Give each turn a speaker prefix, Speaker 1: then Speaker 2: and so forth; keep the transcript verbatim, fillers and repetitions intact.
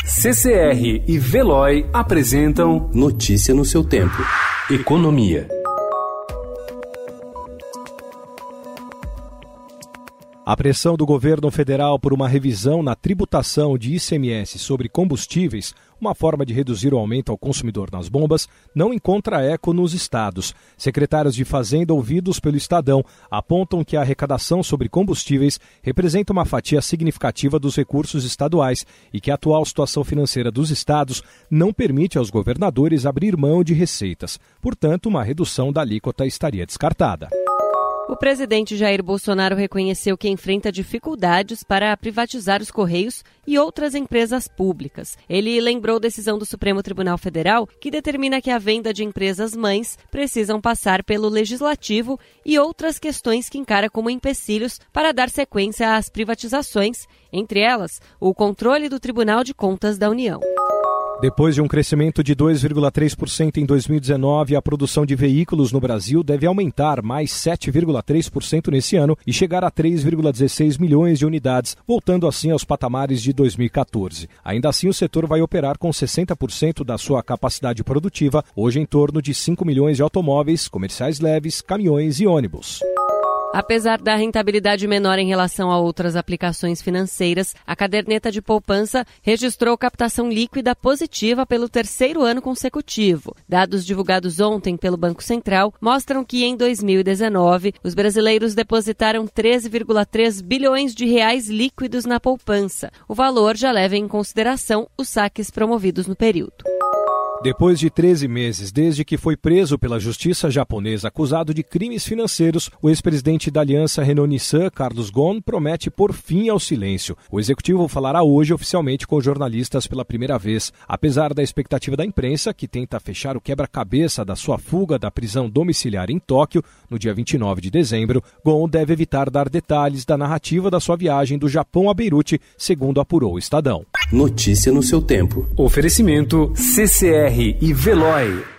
Speaker 1: C C R e Veloy apresentam Notícia no seu tempo. Economia.
Speaker 2: A pressão do governo federal por uma revisão na tributação de I C M S sobre combustíveis, uma forma de reduzir o aumento ao consumidor nas bombas, não encontra eco nos estados. Secretários de Fazenda ouvidos pelo Estadão apontam que a arrecadação sobre combustíveis representa uma fatia significativa dos recursos estaduais e que a atual situação financeira dos estados não permite aos governadores abrir mão de receitas. Portanto, uma redução da alíquota estaria descartada.
Speaker 3: O presidente Jair Bolsonaro reconheceu que enfrenta dificuldades para privatizar os Correios e outras empresas públicas. Ele lembrou a decisão do Supremo Tribunal Federal, que determina que a venda de empresas mães precisam passar pelo Legislativo e outras questões que encara como empecilhos para dar sequência às privatizações, entre elas o controle do Tribunal de Contas da União.
Speaker 2: Depois de um crescimento de dois vírgula três por cento em dois mil e dezenove, a produção de veículos no Brasil deve aumentar mais sete vírgula três por cento nesse ano e chegar a três vírgula dezesseis milhões de unidades, voltando assim aos patamares de dois mil e catorze. Ainda assim, o setor vai operar com sessenta por cento da sua capacidade produtiva, hoje em torno de cinco milhões de automóveis, comerciais leves, caminhões e ônibus.
Speaker 3: Apesar da rentabilidade menor em relação a outras aplicações financeiras, a caderneta de poupança registrou captação líquida positiva pelo terceiro ano consecutivo. Dados divulgados ontem pelo Banco Central mostram que em dois mil e dezenove, os brasileiros depositaram treze vírgula três bilhões de reais líquidos na poupança. O valor já leva em consideração os saques promovidos no período.
Speaker 2: Depois de treze meses desde que foi preso pela justiça japonesa acusado de crimes financeiros, o ex-presidente da aliança Renault-Nissan, Carlos Ghosn, promete pôr fim ao silêncio. O executivo falará hoje oficialmente com jornalistas pela primeira vez. Apesar da expectativa da imprensa, que tenta fechar o quebra-cabeça da sua fuga da prisão domiciliar em Tóquio, no dia vinte e nove de dezembro, Ghosn deve evitar dar detalhes da narrativa da sua viagem do Japão a Beirute, segundo apurou o Estadão.
Speaker 1: Notícia no seu tempo. Oferecimento C C R e Veloy.